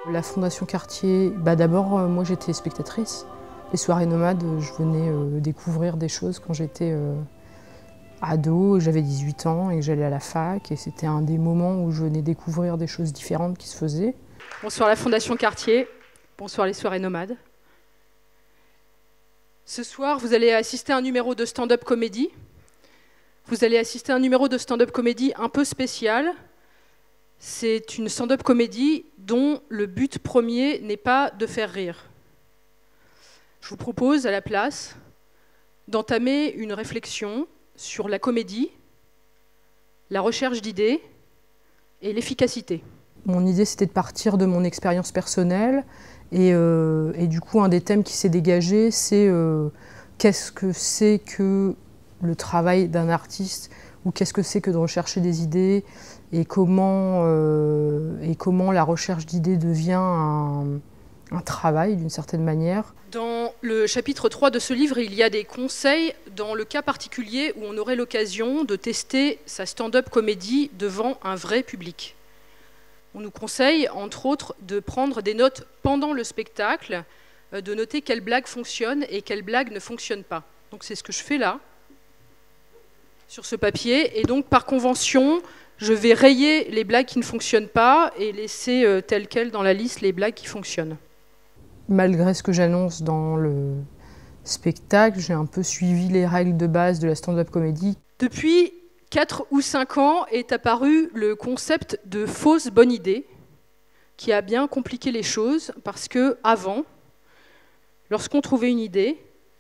La Fondation Cartier, d'abord, moi j'étais spectatrice. Les soirées nomades, je venais découvrir des choses quand j'étais ado, j'avais 18 ans et que j'allais à la fac. Et c'était un des moments où je venais découvrir des choses différentes qui se faisaient. Bonsoir la Fondation Cartier, bonsoir les soirées nomades. Ce soir, vous allez assister à un numéro de stand-up comédie. Vous allez assister à un numéro de stand-up comédie un peu spécial. C'est une stand-up comédie dont le but premier n'est pas de faire rire. Je vous propose à la place d'entamer une réflexion sur la comédie, la recherche d'idées et l'efficacité. Mon idée, c'était de partir de mon expérience personnelle et du coup, un des thèmes qui s'est dégagé, c'est qu'est-ce que c'est que le travail d'un artiste ou qu'est-ce que c'est que de rechercher des idées et comment la recherche d'idées devient un travail d'une certaine manière. Dans le chapitre 3 de ce livre, il y a des conseils dans le cas particulier où on aurait l'occasion de tester sa stand-up comédie devant un vrai public. On nous conseille, entre autres, de prendre des notes pendant le spectacle, de noter quelles blagues fonctionnent et quelles blagues ne fonctionnent pas. Donc c'est ce que je fais là, sur ce papier. Et donc par convention, je vais rayer les blagues qui ne fonctionnent pas et laisser telles quelles dans la liste les blagues qui fonctionnent. Malgré ce que j'annonce dans le spectacle, j'ai un peu suivi les règles de base de la stand-up comédie. Depuis 4 ou 5 ans est apparu le concept de fausse bonne idée, qui a bien compliqué les choses, parce que avant, lorsqu'on trouvait une idée,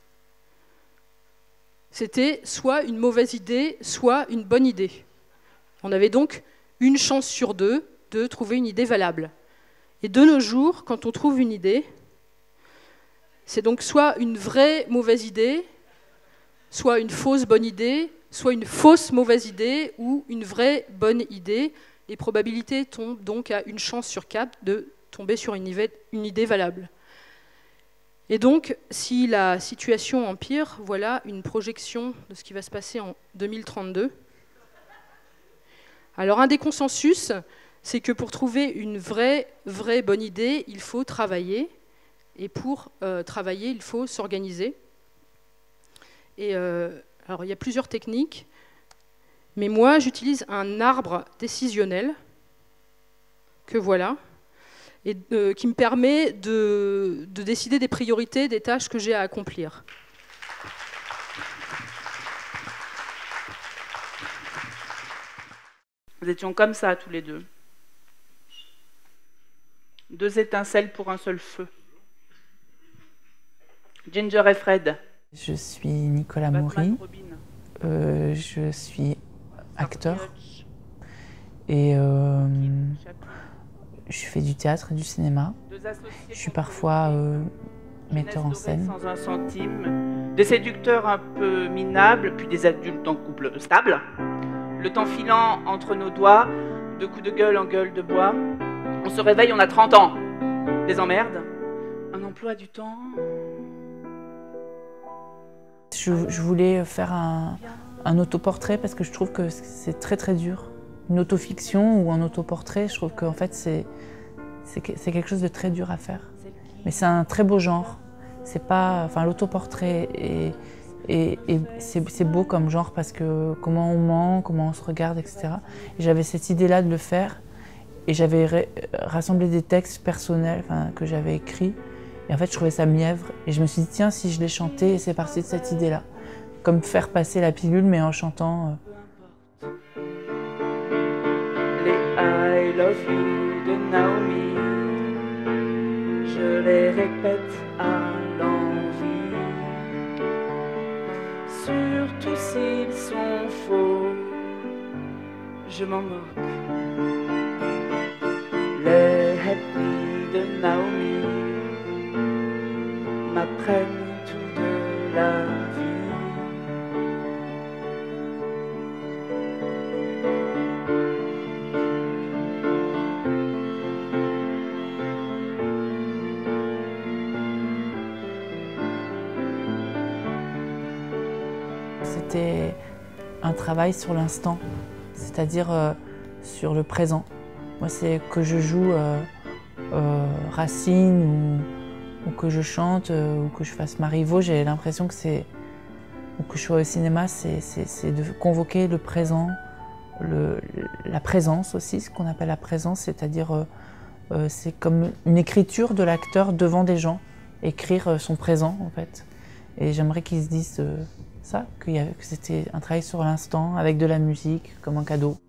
c'était soit une mauvaise idée, soit une bonne idée. On avait donc une chance sur 2 de trouver une idée valable. Et de nos jours, quand on trouve une idée, c'est donc soit une vraie mauvaise idée, soit une fausse bonne idée, soit une fausse mauvaise idée ou une vraie bonne idée. Les probabilités tombent donc à une chance sur 4 de tomber sur une idée valable. Et donc, si la situation empire, voilà une projection de ce qui va se passer en 2032. Alors, un des consensus, c'est que pour trouver une vraie bonne idée, il faut travailler. Et pour travailler, il faut s'organiser. Et alors, il y a plusieurs techniques, mais moi, j'utilise un arbre décisionnel, que voilà, et qui me permet de décider des priorités, des tâches que j'ai à accomplir. Nous étions comme ça, tous les deux. 2 étincelles pour un seul feu. Ginger et Fred. Je suis Nicolas Maury, je suis acteur et je fais du théâtre et du cinéma. Je suis parfois metteur en scène. Sans un centime, des séducteurs un peu minables, puis des adultes en couple stable. Le temps filant entre nos doigts, de coups de gueule en gueule de bois. On se réveille, on a 30 ans. Des emmerdes, un emploi du temps. Je voulais faire un autoportrait parce que je trouve que c'est très dur. Une autofiction ou un autoportrait, je trouve qu'en fait c'est quelque chose de très dur à faire. Mais c'est un très beau genre. C'est pas, enfin, l'autoportrait et c'est beau comme genre parce que comment on ment, comment on se regarde, etc. Et j'avais cette idée-là de le faire et j'avais rassemblé des textes personnels que j'avais écrits. Et en fait, je trouvais ça mièvre. Et je me suis dit, tiens, si je les chantais, et c'est parti de cette idée-là. Comme faire passer la pilule, mais en chantant. Les I love you de Naomi, je les répète à l'envi. Surtout s'ils sont faux, je m'en moque. Les happy de Naomi m'apprennent tout de la vie. C'était un travail sur l'instant, c'est-à-dire sur le présent. Moi, c'est que je joue Racine ou que je chante ou que je fasse Marivaux, j'ai l'impression que c'est, ou que je sois au cinéma, c'est de convoquer le présent, la présence aussi, ce qu'on appelle la présence, c'est-à-dire c'est comme une écriture de l'acteur devant des gens, écrire son présent en fait. Et j'aimerais qu'ils se disent ça, que c'était un travail sur l'instant, avec de la musique, comme un cadeau.